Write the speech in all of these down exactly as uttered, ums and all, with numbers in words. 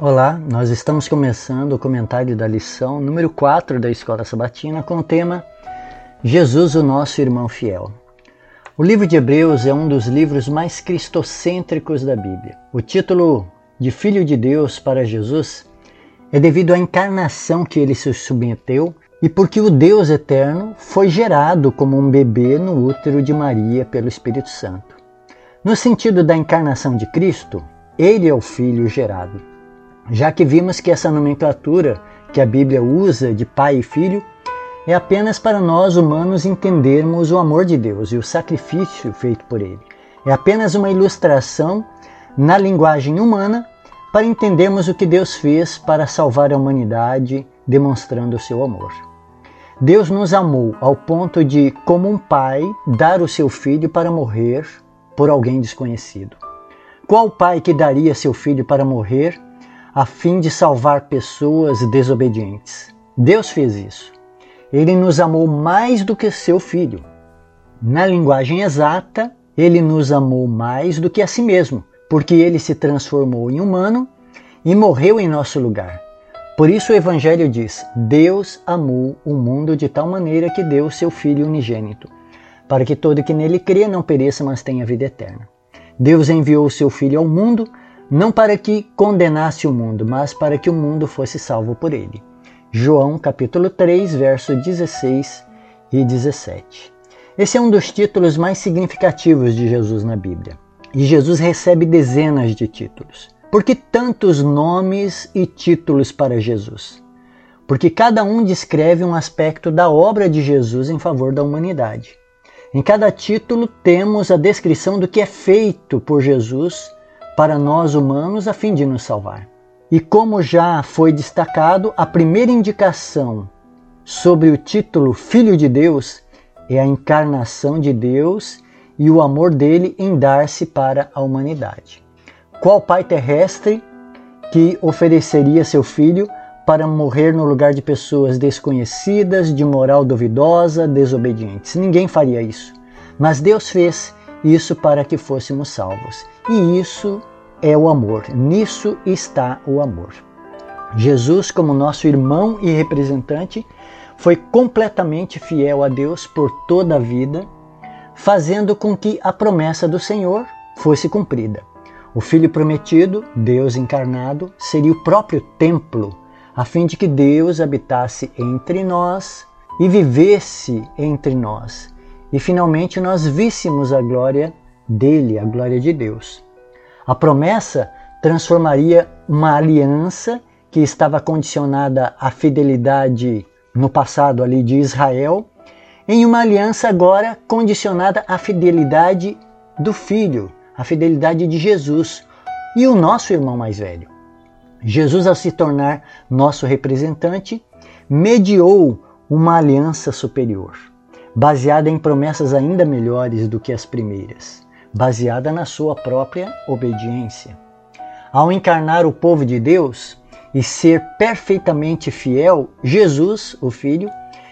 Olá, nós estamos começando o comentário da lição número quatro da Escola Sabatina com o tema Jesus, o nosso irmão fiel. O livro de Hebreus é um dos livros mais cristocêntricos da Bíblia. O título de Filho de Deus para Jesus é devido à encarnação que ele se submeteu e porque o Deus eterno foi gerado como um bebê no útero de Maria pelo Espírito Santo. No sentido da encarnação de Cristo, ele é o Filho gerado. Já que vimos que essa nomenclatura que a Bíblia usa de pai e filho é apenas para nós humanos entendermos o amor de Deus e o sacrifício feito por ele. É apenas uma ilustração na linguagem humana para entendermos o que Deus fez para salvar a humanidade, demonstrando o seu amor. Deus nos amou ao ponto de, como um pai, dar o seu filho para morrer por alguém desconhecido. Qual pai que daria seu filho para morrer a fim de salvar pessoas desobedientes? Deus fez isso. Ele nos amou mais do que seu filho. Na linguagem exata, ele nos amou mais do que a si mesmo, porque ele se transformou em humano e morreu em nosso lugar. Por isso o Evangelho diz: Deus amou o mundo de tal maneira que deu o seu Filho unigênito, para que todo que nele crê não pereça, mas tenha vida eterna. Deus enviou o seu Filho ao mundo não para que condenasse o mundo, mas para que o mundo fosse salvo por ele. João capítulo três, versos dezesseis e dezessete. Esse é um dos títulos mais significativos de Jesus na Bíblia. E Jesus recebe dezenas de títulos. Por que tantos nomes e títulos para Jesus? Porque cada um descreve um aspecto da obra de Jesus em favor da humanidade. Em cada título temos a descrição do que é feito por Jesus para nós humanos a fim de nos salvar. E como já foi destacado, a primeira indicação sobre o título Filho de Deus é a encarnação de Deus e o amor dele em dar-se para a humanidade. Qual pai terrestre que ofereceria seu filho para morrer no lugar de pessoas desconhecidas, de moral duvidosa, desobedientes? Ninguém faria isso. Mas Deus fez isso para que fôssemos salvos. E isso é o amor. Nisso está o amor. Jesus, como nosso irmão e representante, foi completamente fiel a Deus por toda a vida, fazendo com que a promessa do Senhor fosse cumprida. O Filho prometido, Deus encarnado, seria o próprio templo, a fim de que Deus habitasse entre nós e vivesse entre nós. E finalmente nós víssemos a glória dele, a glória de Deus. A promessa transformaria uma aliança que estava condicionada à fidelidade no passado ali de Israel em uma aliança agora condicionada à fidelidade do Filho, à fidelidade de Jesus e o nosso irmão mais velho. Jesus, ao se tornar nosso representante, mediou uma aliança superior, baseada em promessas ainda melhores do que as primeiras, baseada na sua própria obediência. Ao encarnar o povo de Deus e ser perfeitamente fiel, Jesus, o Filho,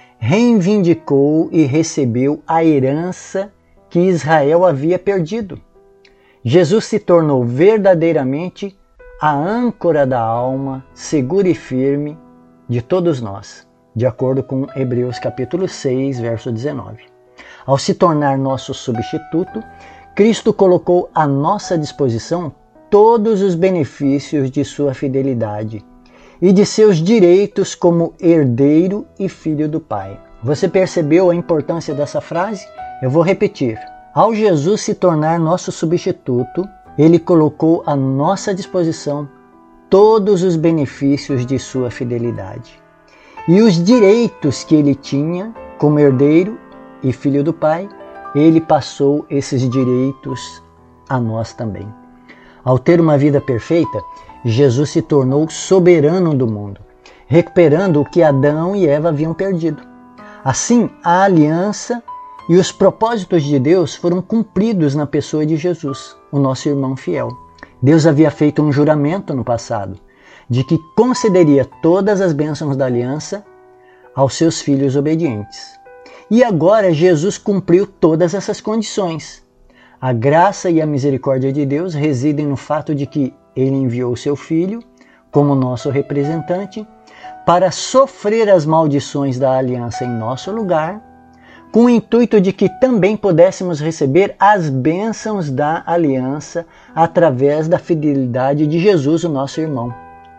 reivindicou e recebeu a herança que Israel havia perdido. Jesus se tornou verdadeiramente a âncora da alma, segura e firme de todos nós, de acordo com Hebreus capítulo seis, verso dezenove. Ao se tornar nosso substituto, Cristo colocou à nossa disposição todos os benefícios de sua fidelidade e de seus direitos como herdeiro e filho do Pai. Você percebeu a importância dessa frase? Eu vou repetir. Ao Jesus se tornar nosso substituto, ele colocou à nossa disposição todos os benefícios de sua fidelidade e os direitos que ele tinha como herdeiro e filho do Pai. Ele passou esses direitos a nós também. Ao ter uma vida perfeita, Jesus se tornou soberano do mundo, recuperando o que Adão e Eva haviam perdido. Assim, a aliança e os propósitos de Deus foram cumpridos na pessoa de Jesus, o nosso irmão fiel. Deus havia feito um juramento no passado, de que concederia todas as bênçãos da aliança aos seus filhos obedientes. E agora Jesus cumpriu todas essas condições. A graça e a misericórdia de Deus residem no fato de que Ele enviou seu Filho como nosso representante, para sofrer as maldições da aliança em nosso lugar, com o intuito de que também pudéssemos receber as bênçãos da aliança através da fidelidade de Jesus, o nosso irmão.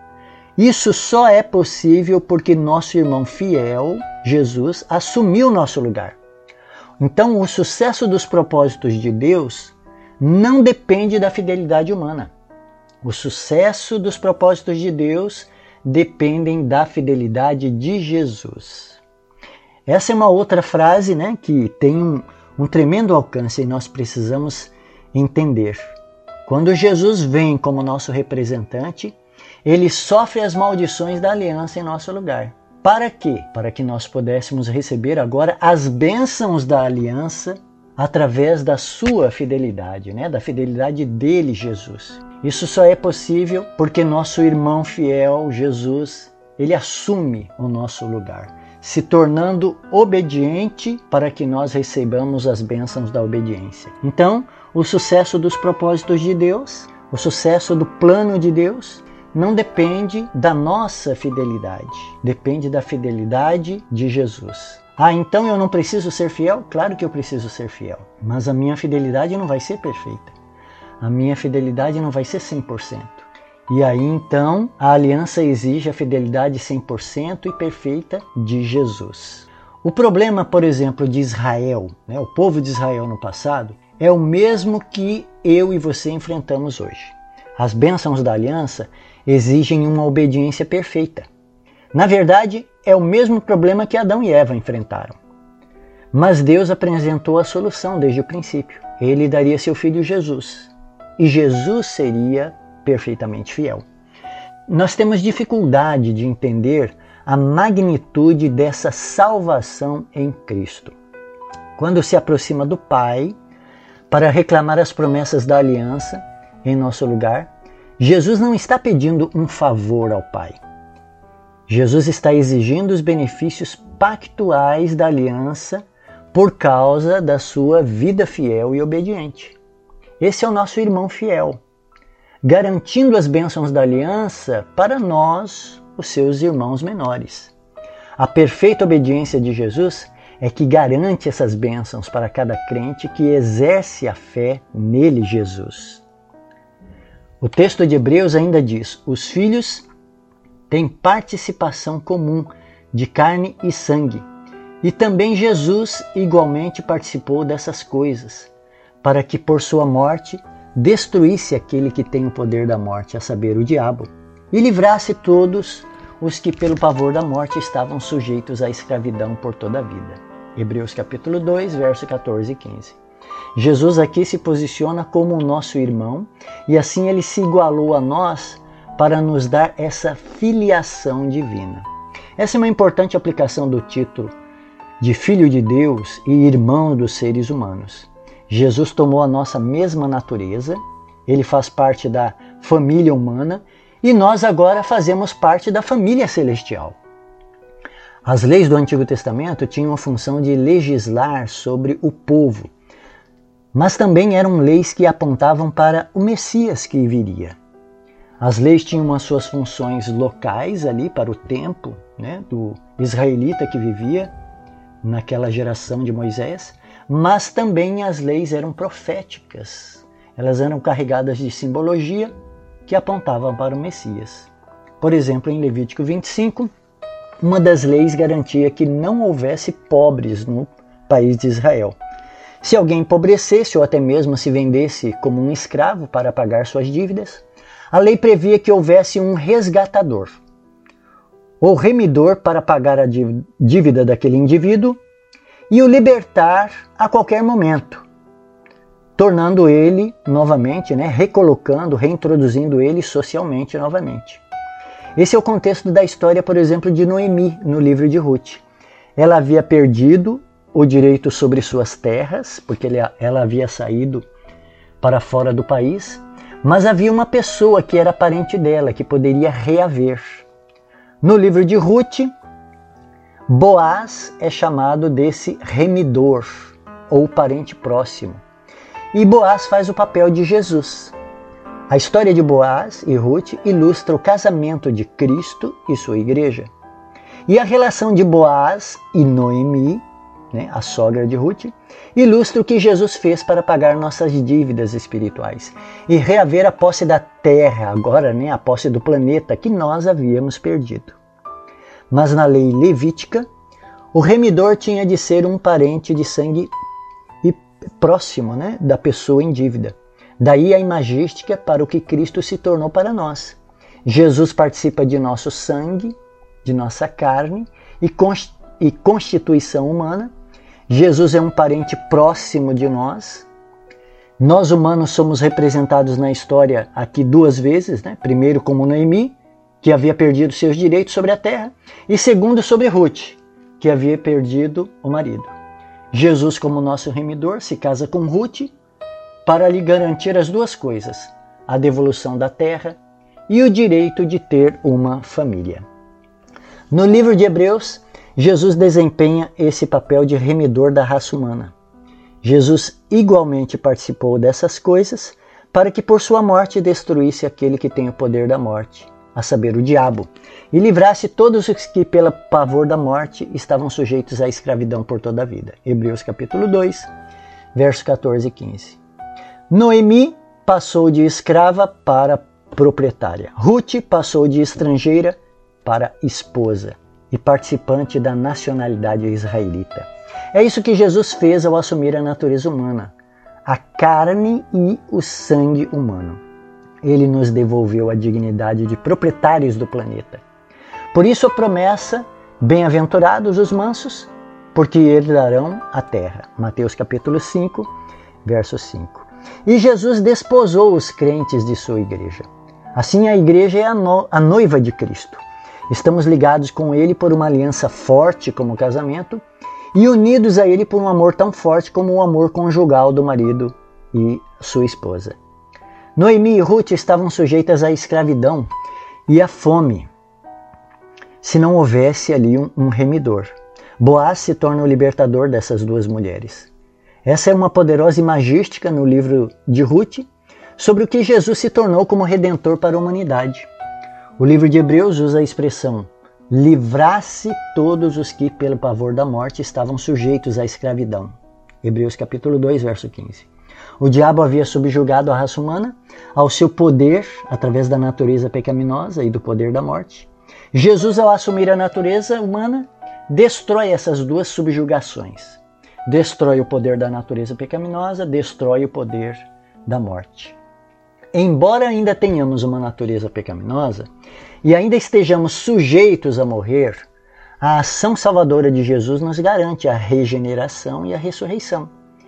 Isso só é possível porque nosso irmão fiel, Jesus, assumiu nosso lugar. Então, o sucesso dos propósitos de Deus não depende da fidelidade humana. O sucesso dos propósitos de Deus dependem da fidelidade de Jesus. Essa é uma outra frase, né, que tem um, um tremendo alcance e nós precisamos entender. Quando Jesus vem como nosso representante, ele sofre as maldições da aliança em nosso lugar. Para quê? Para que nós pudéssemos receber agora as bênçãos da aliança através da sua fidelidade, né? Da fidelidade dele, Jesus. Isso só é possível porque nosso irmão fiel, Jesus, ele assume o nosso lugar, se tornando obediente para que nós recebamos as bênçãos da obediência. Então, o sucesso dos propósitos de Deus, o sucesso do plano de Deus, não depende da nossa fidelidade, depende da fidelidade de Jesus. Ah, então eu não preciso ser fiel? Claro que eu preciso ser fiel, mas a minha fidelidade não vai ser perfeita. A minha fidelidade não vai ser cem por cento. E aí então a aliança exige a fidelidade cem por cento e perfeita de Jesus. O problema, por exemplo, de Israel, né, o povo de Israel no passado, é o mesmo que eu e você enfrentamos hoje. As bênçãos da aliança exigem uma obediência perfeita. Na verdade, é o mesmo problema que Adão e Eva enfrentaram. Mas Deus apresentou a solução desde o princípio. Ele daria seu filho Jesus. E Jesus seria perfeitamente fiel. Nós temos dificuldade de entender a magnitude dessa salvação em Cristo. Quando se aproxima do Pai para reclamar as promessas da aliança em nosso lugar, Jesus não está pedindo um favor ao Pai. Jesus está exigindo os benefícios pactuais da aliança por causa da sua vida fiel e obediente. Esse é o nosso irmão fiel, garantindo as bênçãos da aliança para nós, os seus irmãos menores. A perfeita obediência de Jesus é que garante essas bênçãos para cada crente que exerce a fé nele, Jesus. O texto de Hebreus ainda diz: os filhos têm participação comum de carne e sangue, e também Jesus igualmente participou dessas coisas, para que por sua morte destruísse aquele que tem o poder da morte, a saber, o diabo, e livrasse todos os que pelo pavor da morte estavam sujeitos à escravidão por toda a vida. Hebreus capítulo dois, verso catorze e quinze. Jesus aqui se posiciona como o nosso irmão e assim ele se igualou a nós para nos dar essa filiação divina. Essa é uma importante aplicação do título de Filho de Deus e Irmão dos seres humanos. Jesus tomou a nossa mesma natureza, ele faz parte da família humana e nós agora fazemos parte da família celestial. As leis do Antigo Testamento tinham a função de legislar sobre o povo, mas também eram leis que apontavam para o Messias que viria. As leis tinham as suas funções locais ali para o tempo, né, do israelita que vivia naquela geração de Moisés, mas também as leis eram proféticas. Elas eram carregadas de simbologia que apontavam para o Messias. Por exemplo, em Levítico vinte e cinco, uma das leis garantia que não houvesse pobres no país de Israel. Se alguém empobrecesse ou até mesmo se vendesse como um escravo para pagar suas dívidas, a lei previa que houvesse um resgatador ou remidor para pagar a dívida daquele indivíduo e o libertar a qualquer momento, tornando ele novamente, né, recolocando, reintroduzindo ele socialmente novamente. Esse é o contexto da história, por exemplo, de Noemi, no livro de Ruth. Ela havia perdido o direito sobre suas terras, porque ela havia saído para fora do país, mas havia uma pessoa que era parente dela, que poderia reaver. No livro de Ruth, Boaz é chamado desse remidor, ou parente próximo. E Boaz faz o papel de Jesus. A história de Boaz e Ruth ilustra o casamento de Cristo e sua igreja. E a relação de Boaz e Noemi, né, a sogra de Ruth, ilustra o que Jesus fez para pagar nossas dívidas espirituais e reaver a posse da terra, agora né, a posse do planeta que nós havíamos perdido. Mas na lei levítica, o remidor tinha de ser um parente de sangue e próximo né, da pessoa em dívida. Daí a imagística para o que Cristo se tornou para nós. Jesus participa de nosso sangue, de nossa carne e constituição humana. Jesus é um parente próximo de nós. Nós humanos somos representados na história aqui duas vezes, né? Primeiro como Noemi, que havia perdido seus direitos sobre a terra, e segundo sobre Ruth, que havia perdido o marido. Jesus, como nosso remidor, se casa com Ruth para lhe garantir as duas coisas, a devolução da terra e o direito de ter uma família. No livro de Hebreus, Jesus desempenha esse papel de remidor da raça humana. Jesus igualmente participou dessas coisas para que por sua morte destruísse aquele que tem o poder da morte, a saber, o diabo, e livrasse todos os que pelo pavor da morte estavam sujeitos à escravidão por toda a vida. Hebreus capítulo dois, versos catorze e quinze. Noemi passou de escrava para proprietária. Ruth passou de estrangeira para esposa e participante da nacionalidade israelita. É isso que Jesus fez ao assumir a natureza humana, a carne e o sangue humano. Ele nos devolveu a dignidade de proprietários do planeta. Por isso a promessa, bem-aventurados os mansos, porque herdarão a terra. Mateus capítulo cinco, verso cinco. E Jesus desposou os crentes de sua igreja. Assim a igreja é a, no, a noiva de Cristo. Estamos ligados com Ele por uma aliança forte como o casamento e unidos a Ele por um amor tão forte como o amor conjugal do marido e sua esposa. Noemi e Ruth estavam sujeitas à escravidão e à fome, se não houvesse ali um, um remidor. Boaz se torna o libertador dessas duas mulheres. Essa é uma poderosa imagística no livro de Ruth sobre o que Jesus se tornou como redentor para a humanidade. O livro de Hebreus usa a expressão livrasse todos os que pelo pavor da morte estavam sujeitos à escravidão. Hebreus capítulo dois, verso quinze. O diabo havia subjugado a raça humana ao seu poder através da natureza pecaminosa e do poder da morte. Jesus, ao assumir a natureza humana, destrói essas duas subjugações. Destrói o poder da natureza pecaminosa, destrói o poder da morte. Embora ainda tenhamos uma natureza pecaminosa e ainda estejamos sujeitos a morrer, a ação salvadora de Jesus nos garante a regeneração e a ressurreição.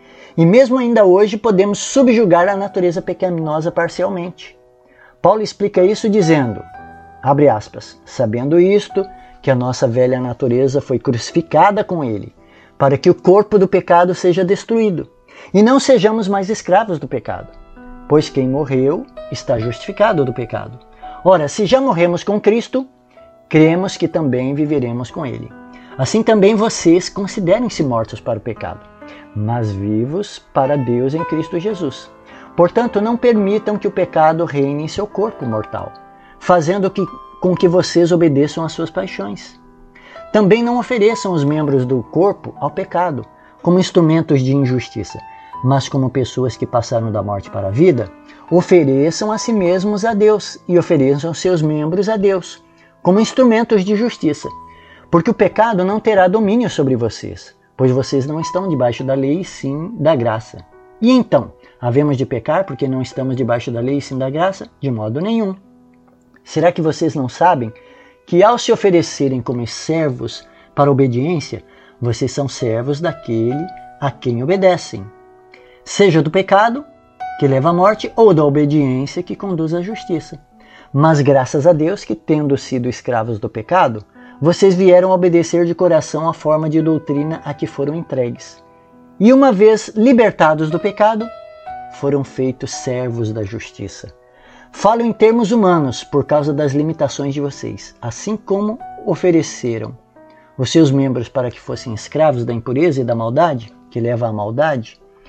E mesmo ainda hoje podemos subjugar a natureza pecaminosa parcialmente. Paulo explica isso dizendo, abre aspas, sabendo isto, que a nossa velha natureza foi crucificada com ele, para que o corpo do pecado seja destruído, e não sejamos mais escravos do pecado. Pois quem morreu está justificado do pecado. Ora, se já morremos com Cristo, cremos que também viveremos com Ele. Assim também vocês considerem-se mortos para o pecado, mas vivos para Deus em Cristo Jesus. Portanto, não permitam que o pecado reine em seu corpo mortal, fazendo que, com que vocês obedeçam às suas paixões. Também não ofereçam os membros do corpo ao pecado, como instrumentos de injustiça, mas como pessoas que passaram da morte para a vida, ofereçam a si mesmos a Deus e ofereçam seus membros a Deus, como instrumentos de justiça. Porque o pecado não terá domínio sobre vocês, pois vocês não estão debaixo da lei, sim da graça. E então, havemos de pecar porque não estamos debaixo da lei, sim da graça? De modo nenhum. Será que vocês não sabem que ao se oferecerem como servos para a obediência, vocês são servos daquele a quem obedecem? Seja do pecado, que leva à morte, ou da obediência, que conduz à justiça. Mas graças a Deus que, tendo sido escravos do pecado, vocês vieram obedecer de coração a forma de doutrina a que foram entregues. E uma vez libertados do pecado, foram feitos servos da justiça. Falo em termos humanos por causa das limitações de vocês, assim como ofereceram os seus membros para que fossem escravos da impureza e da maldade, que leva à maldade,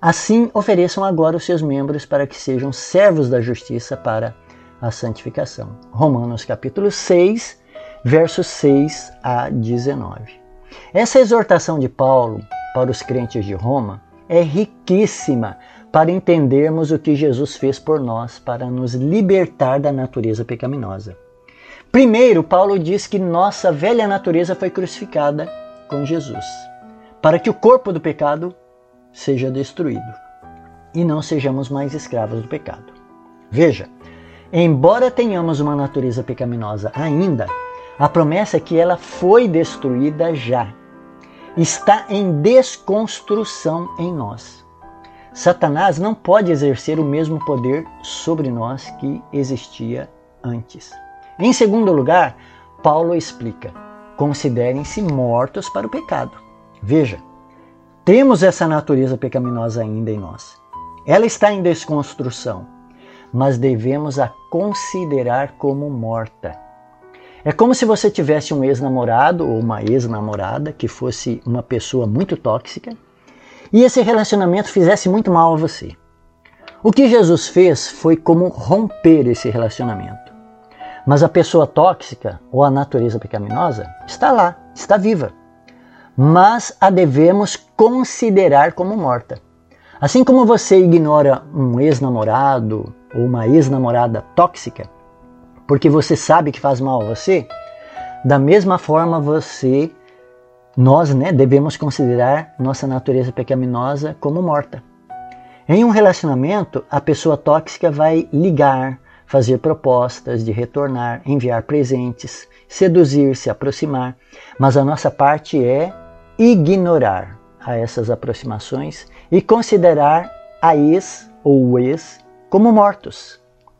Assim, ofereçam agora os seus membros para que sejam servos da justiça para a santificação. Romanos capítulo seis, versos seis a dezenove. Essa exortação de Paulo para os crentes de Roma é riquíssima para entendermos o que Jesus fez por nós para nos libertar da natureza pecaminosa. Primeiro, Paulo diz que nossa velha natureza foi crucificada com Jesus, para que o corpo do pecado seja destruído e não sejamos mais escravos do pecado. Veja, embora tenhamos uma natureza pecaminosa ainda, a promessa é que ela foi destruída já. Está em desconstrução em nós. Satanás não pode exercer o mesmo poder sobre nós que existia antes. Em segundo lugar, Paulo explica: considerem-se mortos para o pecado. Veja, temos essa natureza pecaminosa ainda em nós. Ela está em desconstrução, mas devemos a considerar como morta. É como se você tivesse um ex-namorado ou uma ex-namorada que fosse uma pessoa muito tóxica e esse relacionamento fizesse muito mal a você. O que Jesus fez foi como romper esse relacionamento. Mas a pessoa tóxica ou a natureza pecaminosa está lá, está viva. Mas a devemos considerar como morta. Assim como você ignora um ex-namorado ou uma ex-namorada tóxica, porque você sabe que faz mal a você, da mesma forma você, nós né, devemos considerar nossa natureza pecaminosa como morta. Em um relacionamento, a pessoa tóxica vai ligar, fazer propostas de retornar, enviar presentes, seduzir, se aproximar, mas a nossa parte é ignorar a essas aproximações e considerar a ex ou o ex como mortos.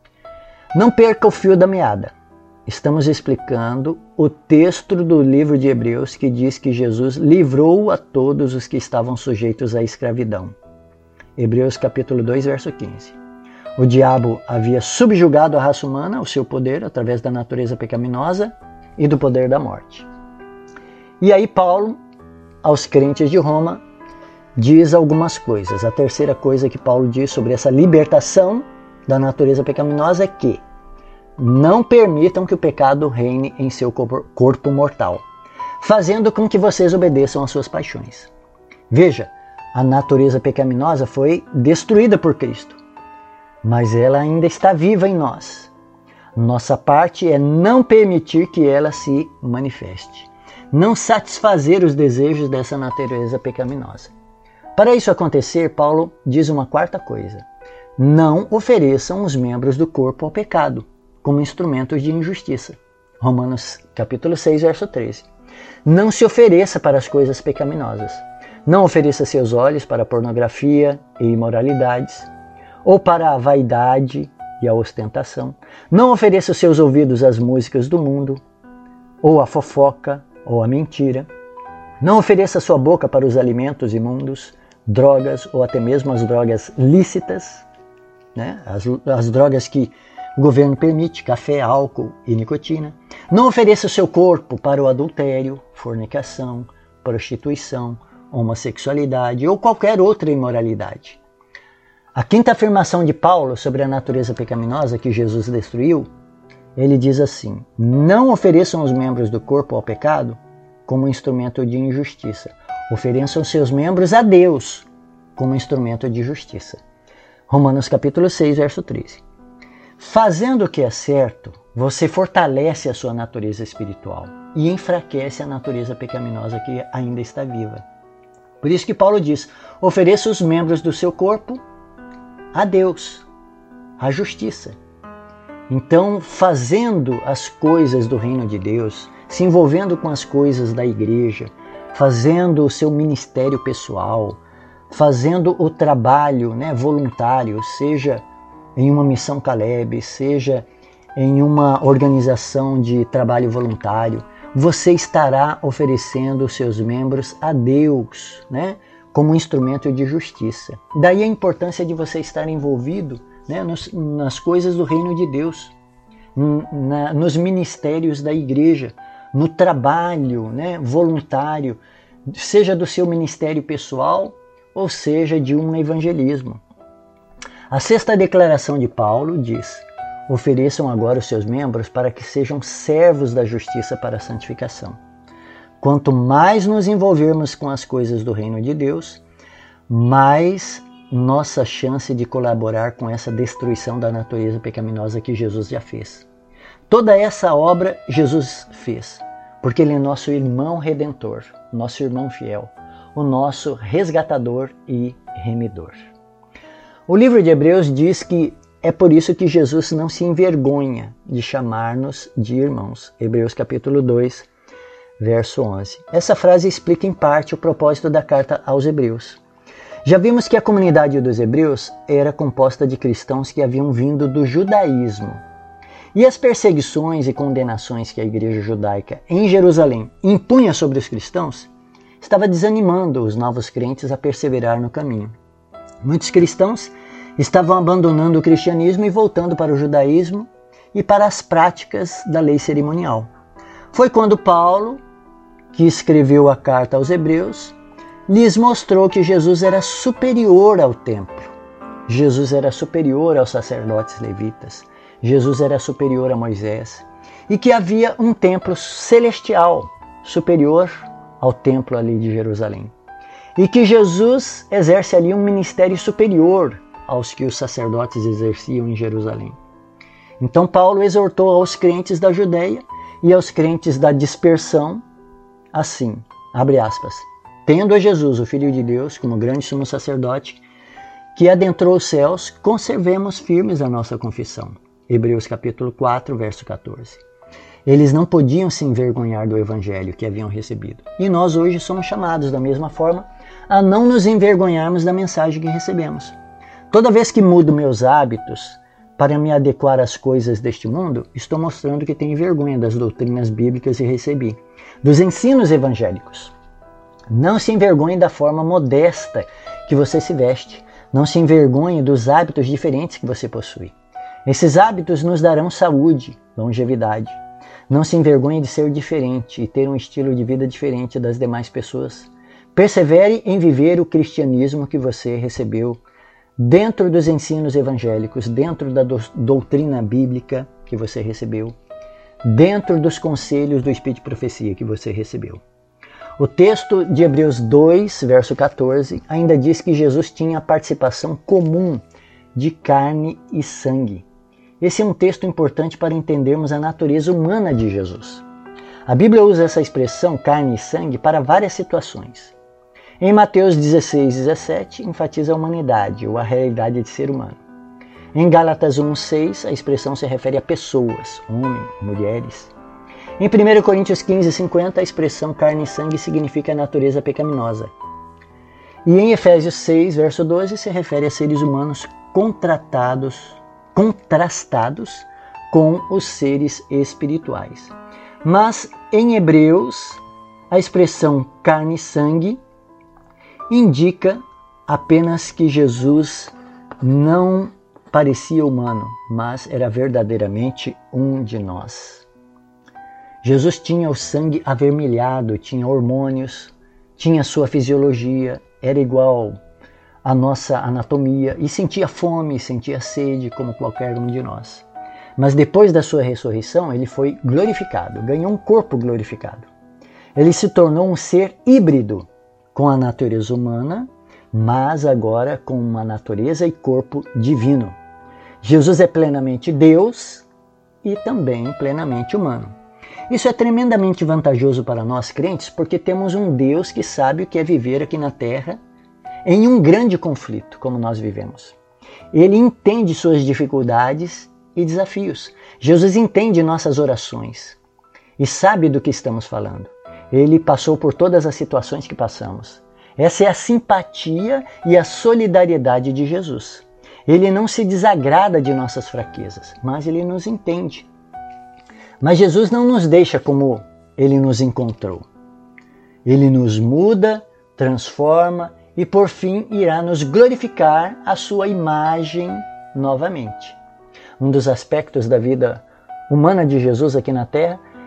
Não perca o fio da meada. Estamos explicando o texto do livro de Hebreus que diz que Jesus livrou a todos os que estavam sujeitos à escravidão. Hebreus capítulo dois, verso quinze. O diabo havia subjugado a raça humana ao seu poder através da natureza pecaminosa e do poder da morte. E aí Paulo, aos crentes de Roma, diz algumas coisas. A terceira coisa que Paulo diz sobre essa libertação da natureza pecaminosa é que não permitam que o pecado reine em seu corpo mortal, fazendo com que vocês obedeçam às suas paixões. Veja, a natureza pecaminosa foi destruída por Cristo, mas ela ainda está viva em nós. Nossa parte é não permitir que ela se manifeste, não satisfazer os desejos dessa natureza pecaminosa. Para isso acontecer, Paulo diz uma quarta coisa: não ofereçam os membros do corpo ao pecado como instrumentos de injustiça. Romanos capítulo seis, verso treze. Não se ofereça para as coisas pecaminosas. Não ofereça seus olhos para a pornografia e imoralidades, ou para a vaidade e a ostentação. Não ofereça os seus ouvidos às músicas do mundo, ou à fofoca, ou à mentira. Não ofereça sua boca para os alimentos imundos, drogas ou até mesmo as drogas lícitas, né? as, as drogas que o governo permite, café, álcool e nicotina. Não ofereça o seu corpo para o adultério, fornicação, prostituição, homossexualidade ou qualquer outra imoralidade. A quinta afirmação de Paulo sobre a natureza pecaminosa que Jesus destruiu, ele diz assim: não ofereçam os membros do corpo ao pecado como instrumento de injustiça. Ofereçam seus membros a Deus como instrumento de justiça. Romanos capítulo seis, verso treze. Fazendo o que é certo, você fortalece a sua natureza espiritual e enfraquece a natureza pecaminosa que ainda está viva. Por isso que Paulo diz: ofereça os membros do seu corpo a Deus, à justiça. Então, fazendo as coisas do reino de Deus, se envolvendo com as coisas da igreja, fazendo o seu ministério pessoal, fazendo o trabalho né, voluntário, seja em uma missão Caleb, seja em uma organização de trabalho voluntário, você estará oferecendo os seus membros a Deus, né, como instrumento de justiça. Daí a importância de você estar envolvido né, nos, nas coisas do reino de Deus, na, nos ministérios da igreja, no trabalho né, voluntário, seja do seu ministério pessoal ou seja, de um evangelismo. A sexta declaração de Paulo diz: ofereçam agora os seus membros para que sejam servos da justiça para a santificação. Quanto mais nos envolvermos com as coisas do reino de Deus, mais nossa chance de colaborar com essa destruição da natureza pecaminosa que Jesus já fez. Toda essa obra Jesus fez, porque Ele é nosso irmão redentor, nosso irmão fiel, o nosso resgatador e remidor. O livro de Hebreus diz que é por isso que Jesus não se envergonha de chamar-nos de irmãos. Hebreus capítulo dois, verso onze. Essa frase explica em parte o propósito da carta aos Hebreus. Já vimos que a comunidade dos Hebreus era composta de cristãos que haviam vindo do judaísmo. E as perseguições e condenações que a igreja judaica em Jerusalém impunha sobre os cristãos estava desanimando os novos crentes a perseverar no caminho. Muitos cristãos estavam abandonando o cristianismo e voltando para o judaísmo e para as práticas da lei cerimonial. Foi quando Paulo, que escreveu a carta aos Hebreus, lhes mostrou que Jesus era superior ao templo. Jesus era superior aos sacerdotes levitas. Jesus era superior a Moisés. E que havia um templo celestial superior ao templo ali de Jerusalém. E que Jesus exerce ali um ministério superior aos que os sacerdotes exerciam em Jerusalém. Então Paulo exortou aos crentes da Judeia e aos crentes da dispersão assim, abre aspas, tendo a Jesus, o Filho de Deus, como grande sumo sacerdote, que adentrou os céus, conservemos firmes a nossa confissão. Hebreus capítulo quatro, verso catorze. Eles não podiam se envergonhar do evangelho que haviam recebido. E nós hoje somos chamados, da mesma forma, a não nos envergonharmos da mensagem que recebemos. Toda vez que mudo meus hábitos para me adequar às coisas deste mundo, estou mostrando que tenho vergonha das doutrinas bíblicas que recebi, dos ensinos evangélicos. Não se envergonhe da forma modesta que você se veste. Não se envergonhe dos hábitos diferentes que você possui. Esses hábitos nos darão saúde, longevidade. Não se envergonhe de ser diferente e ter um estilo de vida diferente das demais pessoas. Persevere em viver o cristianismo que você recebeu dentro dos ensinos evangélicos, dentro da do- doutrina bíblica que você recebeu, dentro dos conselhos do Espírito de Profecia que você recebeu. O texto de Hebreus dois, verso catorze, ainda diz que Jesus tinha a participação comum de carne e sangue. Esse é um texto importante para entendermos a natureza humana de Jesus. A Bíblia usa essa expressão carne e sangue para várias situações. Em Mateus dezesseis, dezessete, enfatiza a humanidade ou a realidade de ser humano. Em Gálatas um, seis, a expressão se refere a pessoas, homens, mulheres. Em primeira Coríntios quinze, cinquenta, a expressão carne e sangue significa a natureza pecaminosa. E em Efésios seis, verso doze, se refere a seres humanos contratados, contrastados com os seres espirituais. Mas em Hebreus, a expressão carne e sangue indica apenas que Jesus não parecia humano, mas era verdadeiramente um de nós. Jesus tinha o sangue avermelhado, tinha hormônios, tinha sua fisiologia, era igual à nossa anatomia e sentia fome, sentia sede como qualquer um de nós. Mas depois da sua ressurreição, ele foi glorificado, ganhou um corpo glorificado. Ele se tornou um ser híbrido com a natureza humana, mas agora com uma natureza e corpo divino. Jesus é plenamente Deus e também plenamente humano. Isso é tremendamente vantajoso para nós crentes, porque temos um Deus que sabe o que é viver aqui na Terra em um grande conflito, como nós vivemos. Ele entende suas dificuldades e desafios. Jesus entende nossas orações e sabe do que estamos falando. Ele passou por todas as situações que passamos. Essa é a simpatia e a solidariedade de Jesus. Ele não se desagrada de nossas fraquezas, mas ele nos entende. Mas Jesus não nos deixa como ele nos encontrou. Ele nos muda, transforma e por fim irá nos glorificar a sua imagem novamente. Um dos aspectos da vida humana de Jesus aqui na Terra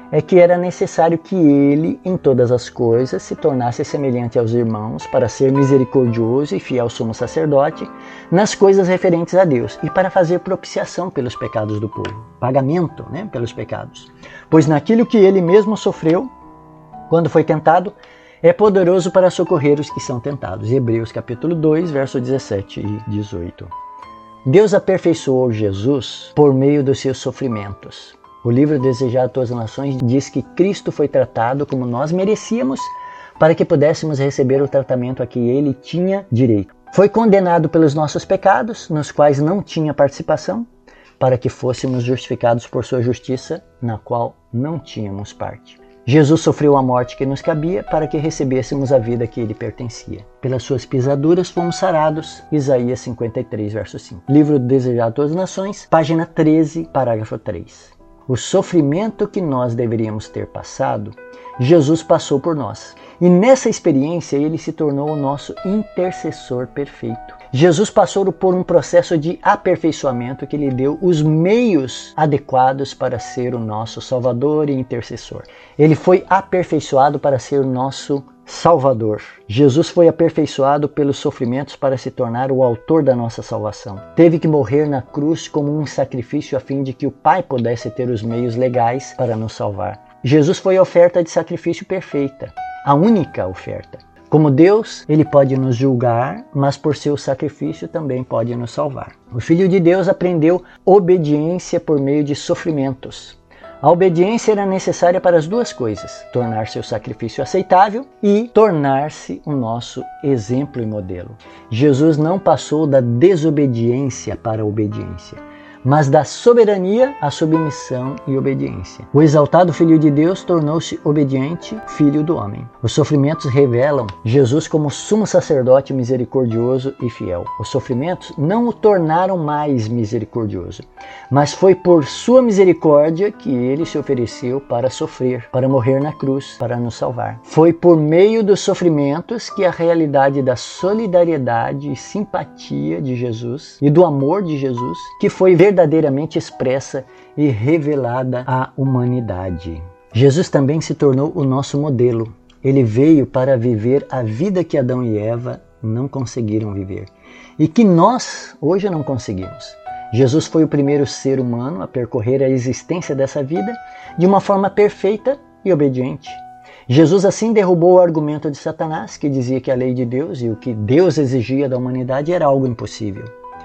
é que era necessário que ele, em todas as coisas, se tornasse semelhante aos irmãos para ser misericordioso e fiel sumo sacerdote nas coisas referentes a Deus e para fazer propiciação pelos pecados do povo, pagamento, né, pelos pecados. Pois naquilo que ele mesmo sofreu, quando foi tentado, é poderoso para socorrer os que são tentados. Hebreus capítulo dois, versos dezessete e dezoito. Deus aperfeiçoou Jesus por meio dos seus sofrimentos. O livro Desejado a Todas as Nações diz que Cristo foi tratado como nós merecíamos para que pudéssemos receber o tratamento a que ele tinha direito. Foi condenado pelos nossos pecados, nos quais não tinha participação, para que fôssemos justificados por sua justiça, na qual não tínhamos parte. Jesus sofreu a morte que nos cabia para que recebêssemos a vida que ele pertencia. Pelas suas pisaduras fomos sarados. Isaías cinquenta e três, verso cinco. Livro Desejado a Todas as Nações, página treze, parágrafo três. O sofrimento que nós deveríamos ter passado, Jesus passou por nós. E nessa experiência ele se tornou o nosso intercessor perfeito. Jesus passou por um processo de aperfeiçoamento que lhe deu os meios adequados para ser o nosso Salvador e intercessor. Ele foi aperfeiçoado para ser o nosso Salvador. Jesus foi aperfeiçoado pelos sofrimentos para se tornar o autor da nossa salvação. Teve que morrer na cruz como um sacrifício a fim de que o Pai pudesse ter os meios legais para nos salvar. Jesus foi a oferta de sacrifício perfeita, a única oferta. Como Deus, ele pode nos julgar, mas por seu sacrifício também pode nos salvar. O Filho de Deus aprendeu obediência por meio de sofrimentos. A obediência era necessária para as duas coisas: tornar seu sacrifício aceitável e tornar-se o nosso exemplo e modelo. Jesus não passou da desobediência para a obediência, mas da soberania à submissão e obediência. O exaltado Filho de Deus tornou-se obediente, filho do homem. Os sofrimentos revelam Jesus como sumo sacerdote misericordioso e fiel. Os sofrimentos não o tornaram mais misericordioso, mas foi por sua misericórdia que ele se ofereceu para sofrer, para morrer na cruz, para nos salvar. Foi por meio dos sofrimentos que a realidade da solidariedade e simpatia de Jesus e do amor de Jesus, que foi verdadeiro, verdadeiramente expressa e revelada à humanidade. Jesus também se tornou o nosso modelo. Ele veio para viver a vida que Adão e Eva não conseguiram viver e que nós hoje não conseguimos. Jesus foi o primeiro ser humano a percorrer a existência dessa vida de uma forma perfeita e obediente. Jesus assim derrubou o argumento de Satanás, que dizia que a lei de Deus e o que Deus exigia da humanidade era algo impossível.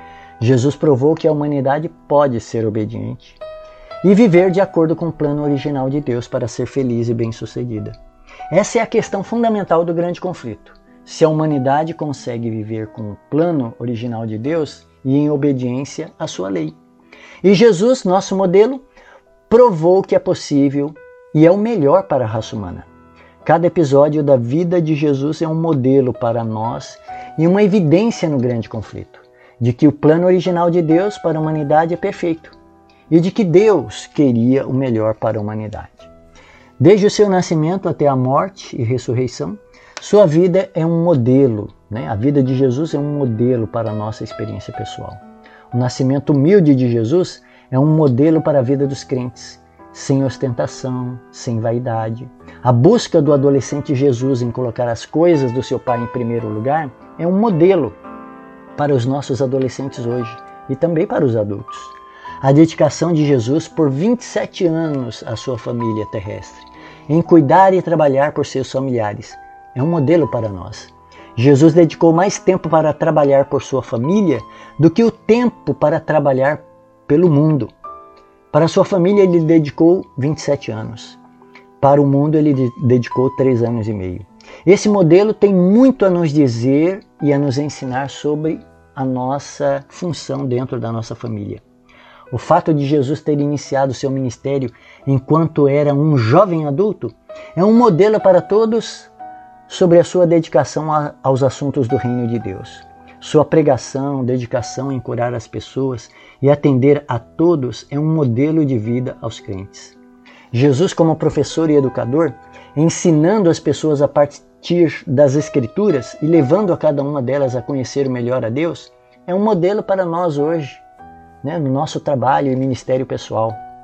Jesus provou que a humanidade pode ser obediente e viver de acordo com o plano original de Deus para ser feliz e bem-sucedida. Essa é a questão fundamental do grande conflito. Se a humanidade consegue viver com o plano original de Deus e em obediência à sua lei. E Jesus, nosso modelo, provou que é possível e é o melhor para a raça humana. Cada episódio da vida de Jesus é um modelo para nós e uma evidência no grande conflito de que o plano original de Deus para a humanidade é perfeito e de que Deus queria o melhor para a humanidade. Desde o seu nascimento até a morte e ressurreição, sua vida é um modelo, né? A vida de Jesus é um modelo para a nossa experiência pessoal. O nascimento humilde de Jesus é um modelo para a vida dos crentes, sem ostentação, sem vaidade. A busca do adolescente Jesus em colocar as coisas do seu pai em primeiro lugar é um modelo para os nossos adolescentes hoje e também para os adultos. A dedicação de Jesus por vinte e sete anos à sua família terrestre, em cuidar e trabalhar por seus familiares, é um modelo para nós. Jesus dedicou mais tempo para trabalhar por sua família do que o tempo para trabalhar pelo mundo. Para sua família ele dedicou vinte e sete anos. Para o mundo ele dedicou três anos e meio. Esse modelo tem muito a nos dizer e a nos ensinar sobre a nossa função dentro da nossa família. O fato de Jesus ter iniciado seu ministério enquanto era um jovem adulto é um modelo para todos sobre a sua dedicação a, aos assuntos do reino de Deus. Sua pregação, dedicação em curar as pessoas e atender a todos é um modelo de vida aos crentes. Jesus, como professor e educador, ensinando as pessoas a partir das Escrituras e levando a cada uma delas a conhecer melhor a Deus, é um modelo para nós hoje, né, no nosso trabalho e ministério pessoal.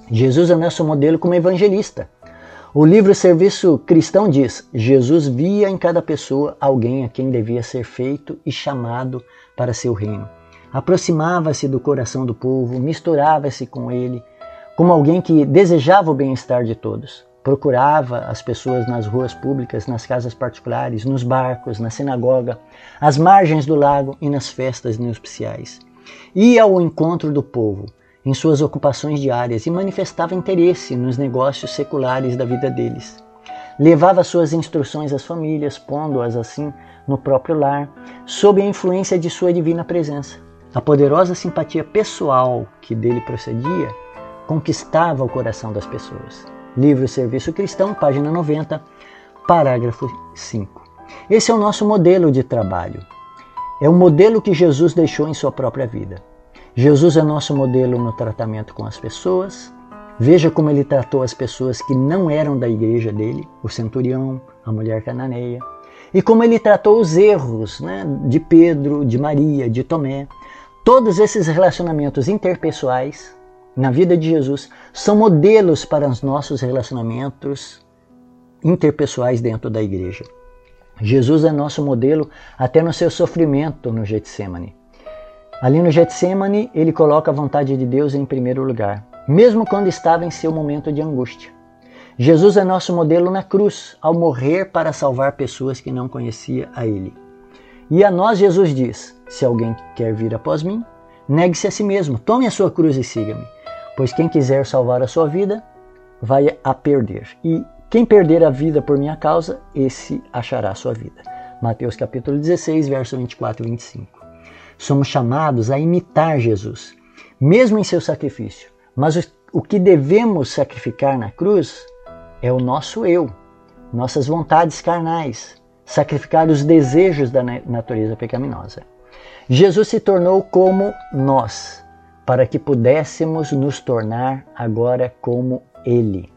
Jesus é nosso modelo como evangelista. O livro Serviço Cristão diz: Jesus via em cada pessoa alguém a quem devia ser feito e chamado para seu reino. Aproximava-se do coração do povo, misturava-se com ele, como alguém que desejava o bem-estar de todos. Procurava as pessoas nas ruas públicas, nas casas particulares, nos barcos, na sinagoga, às margens do lago e nas festas nupciais. Ia ao encontro do povo em suas ocupações diárias e manifestava interesse nos negócios seculares da vida deles. Levava suas instruções às famílias, pondo-as assim no próprio lar, sob a influência de sua divina presença. A poderosa simpatia pessoal que dele procedia conquistava o coração das pessoas. Livro Serviço Cristão, página noventa, parágrafo cinco. Esse é o nosso modelo de trabalho. É o modelo que Jesus deixou em sua própria vida. Jesus é nosso modelo no tratamento com as pessoas. Veja como ele tratou as pessoas que não eram da igreja dele, o centurião, a mulher cananeia, e como ele tratou os erros, né, de Pedro, de Maria, de Tomé. Todos esses relacionamentos interpessoais na vida de Jesus são modelos para os nossos relacionamentos interpessoais dentro da igreja. Jesus é nosso modelo até no seu sofrimento no Getsemane. Ali no Getsemane, ele coloca a vontade de Deus em primeiro lugar, mesmo quando estava em seu momento de angústia. Jesus é nosso modelo na cruz, ao morrer para salvar pessoas que não conheciam a ele. E a nós Jesus diz: se alguém quer vir após mim, negue-se a si mesmo, tome a sua cruz e siga-me. Pois quem quiser salvar a sua vida, vai a perder. E quem perder a vida por minha causa, esse achará a sua vida. Mateus capítulo dezesseis, verso vinte e quatro e vinte e cinco. Somos chamados a imitar Jesus, mesmo em seu sacrifício. Mas o, o que devemos sacrificar na cruz é o nosso eu, nossas vontades carnais, sacrificar os desejos da natureza pecaminosa. Jesus se tornou como nós, para que pudéssemos nos tornar agora como Ele.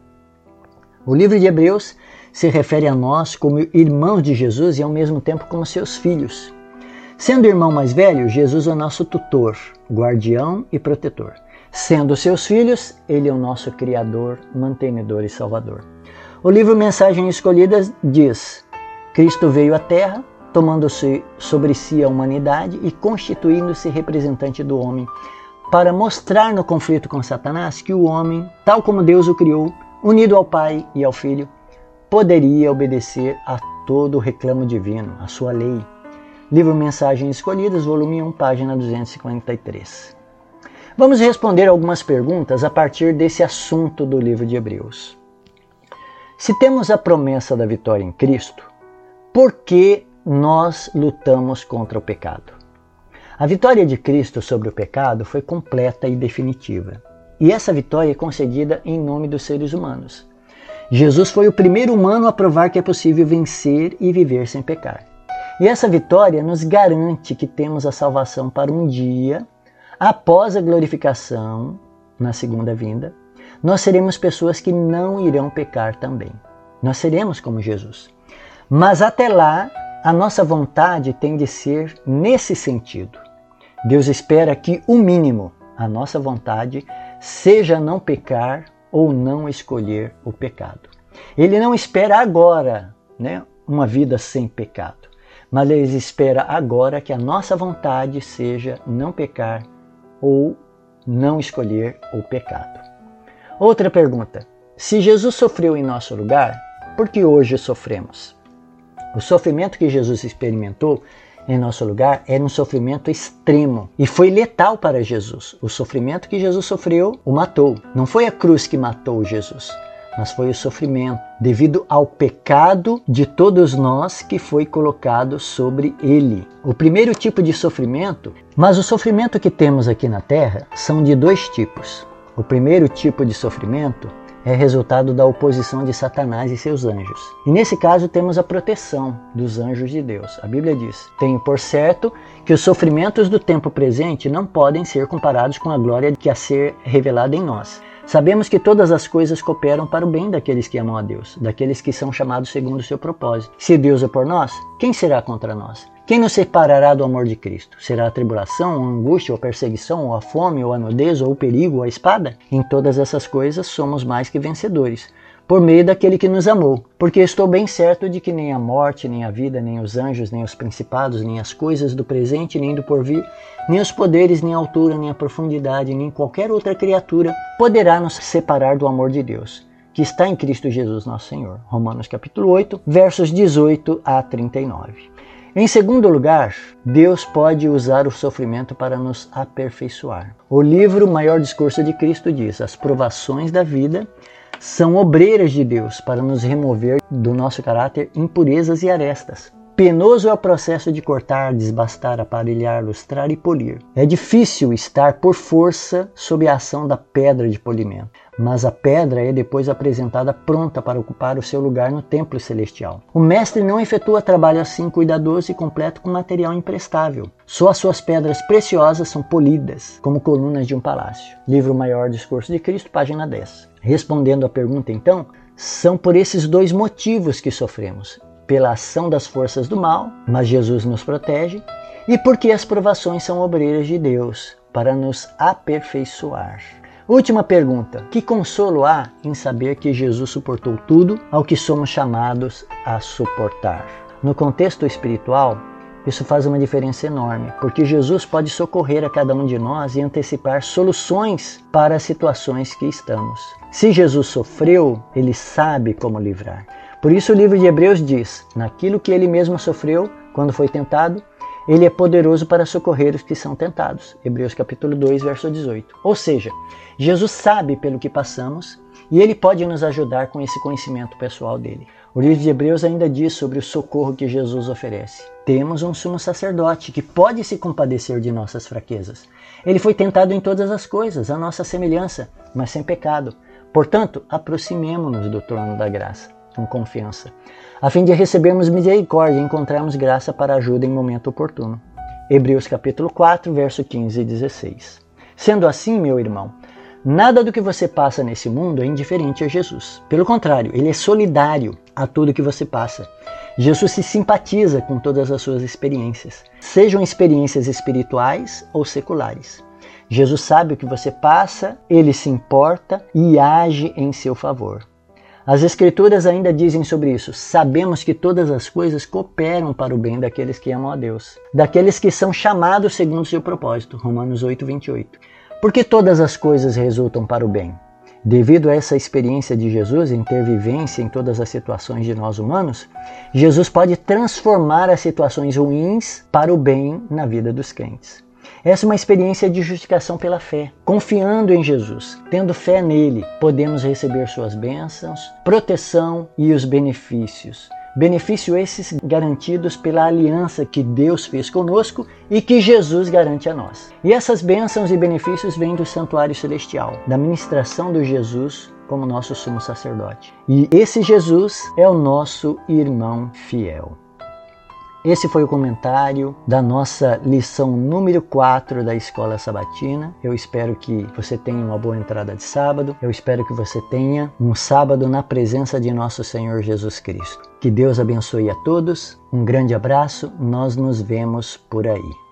O livro de Hebreus se refere a nós como irmãos de Jesus e ao mesmo tempo como seus filhos. Sendo o irmão mais velho, Jesus é o nosso tutor, guardião e protetor. Sendo seus filhos, Ele é o nosso Criador, mantenedor e Salvador. O livro Mensagem Escolhida diz: Cristo veio à Terra, tomando-se sobre si a humanidade e constituindo-se representante do homem, para mostrar no conflito com Satanás que o homem, tal como Deus o criou, unido ao Pai e ao Filho, poderia obedecer a todo o reclamo divino, a sua lei. Livro Mensagens Escolhidas, volume um, página duzentos e cinquenta e três. Vamos responder algumas perguntas a partir desse assunto do livro de Hebreus. Se temos a promessa da vitória em Cristo, por que nós lutamos contra o pecado? A vitória de Cristo sobre o pecado foi completa e definitiva. E essa vitória é concedida em nome dos seres humanos. Jesus foi o primeiro humano a provar que é possível vencer e viver sem pecar. E essa vitória nos garante que temos a salvação para um dia, após a glorificação, na segunda vinda, nós seremos pessoas que não irão pecar também. Nós seremos como Jesus. Mas até lá, a nossa vontade tem de ser nesse sentido. Deus espera que o mínimo, a nossa vontade, seja não pecar ou não escolher o pecado. Ele não espera agora, né, uma vida sem pecado, mas Ele espera agora que a nossa vontade seja não pecar ou não escolher o pecado. Outra pergunta: se Jesus sofreu em nosso lugar, por que hoje sofremos? O sofrimento que Jesus experimentou em nosso lugar era um sofrimento extremo e foi letal para Jesus. O sofrimento que Jesus sofreu o matou. Não foi a cruz que matou Jesus, mas foi o sofrimento devido ao pecado de todos nós que foi colocado sobre ele. O primeiro tipo de sofrimento, mas o sofrimento que temos aqui na terra são de dois tipos. O primeiro tipo de sofrimento é resultado da oposição de Satanás e seus anjos. E nesse caso temos a proteção dos anjos de Deus. A Bíblia diz: tenho por certo que os sofrimentos do tempo presente não podem ser comparados com a glória que há a ser revelada em nós. Sabemos que todas as coisas cooperam para o bem daqueles que amam a Deus, daqueles que são chamados segundo o seu propósito. Se Deus é por nós, quem será contra nós? Quem nos separará do amor de Cristo? Será a tribulação, ou a angústia, ou a perseguição, ou a fome, ou a nudez, ou o perigo, ou a espada? Em todas essas coisas somos mais que vencedores, por meio daquele que nos amou. Porque estou bem certo de que nem a morte, nem a vida, nem os anjos, nem os principados, nem as coisas do presente, nem do porvir, nem os poderes, nem a altura, nem a profundidade, nem qualquer outra criatura poderá nos separar do amor de Deus, que está em Cristo Jesus nosso Senhor. Romanos capítulo oito, versos dezoito a trinta e nove. Em segundo lugar, Deus pode usar o sofrimento para nos aperfeiçoar. O livro Maior Discurso de Cristo diz: as provações da vida são obreiras de Deus para nos remover do nosso caráter impurezas e arestas. Penoso é o processo de cortar, desbastar, aparelhar, lustrar e polir. É difícil estar por força sob a ação da pedra de polimento, mas a pedra é depois apresentada pronta para ocupar o seu lugar no templo celestial. O mestre não efetua trabalho assim cuidadoso e completo com material imprestável. Só as suas pedras preciosas são polidas, como colunas de um palácio. Livro Maior Discurso de Cristo, página dez. Respondendo à pergunta então, são por esses dois motivos que sofremos: pela ação das forças do mal, mas Jesus nos protege, e porque as provações são obreiras de Deus para nos aperfeiçoar. Última pergunta: que consolo há em saber que Jesus suportou tudo ao que somos chamados a suportar? No contexto espiritual, isso faz uma diferença enorme, porque Jesus pode socorrer a cada um de nós e antecipar soluções para as situações que estamos. Se Jesus sofreu, Ele sabe como livrar. Por isso o livro de Hebreus diz: naquilo que Ele mesmo sofreu quando foi tentado, Ele é poderoso para socorrer os que são tentados. Hebreus capítulo dois, verso dezoito. Ou seja, Jesus sabe pelo que passamos e Ele pode nos ajudar com esse conhecimento pessoal dele. O livro de Hebreus ainda diz sobre o socorro que Jesus oferece. Temos um sumo sacerdote que pode se compadecer de nossas fraquezas. Ele foi tentado em todas as coisas, à nossa semelhança, mas sem pecado. Portanto, aproximemo-nos do trono da graça com confiança, a fim de recebermos misericórdia e encontrarmos graça para ajuda em momento oportuno. Hebreus capítulo quatro, verso quinze e dezesseis. Sendo assim, meu irmão, nada do que você passa nesse mundo é indiferente a Jesus. Pelo contrário, Ele é solidário a tudo que você passa. Jesus se simpatiza com todas as suas experiências, sejam experiências espirituais ou seculares. Jesus sabe o que você passa, Ele se importa e age em seu favor. As Escrituras ainda dizem sobre isso: sabemos que todas as coisas cooperam para o bem daqueles que amam a Deus, daqueles que são chamados segundo o seu propósito. Romanos oito, vinte e oito. Porque todas as coisas resultam para o bem. Devido a essa experiência de Jesus em ter vivência em todas as situações de nós humanos, Jesus pode transformar as situações ruins para o bem na vida dos crentes. Essa é uma experiência de justificação pela fé. Confiando em Jesus, tendo fé nele, podemos receber suas bênçãos, proteção e os benefícios. Benefícios esses garantidos pela aliança que Deus fez conosco e que Jesus garante a nós. E essas bênçãos e benefícios vêm do santuário celestial, da ministração do Jesus como nosso sumo sacerdote. E esse Jesus é o nosso irmão fiel. Esse foi o comentário da nossa lição número quatro da Escola Sabatina. Eu espero que você tenha uma boa entrada de sábado. Eu espero que você tenha um sábado na presença de nosso Senhor Jesus Cristo. Que Deus abençoe a todos. Um grande abraço. Nós nos vemos por aí.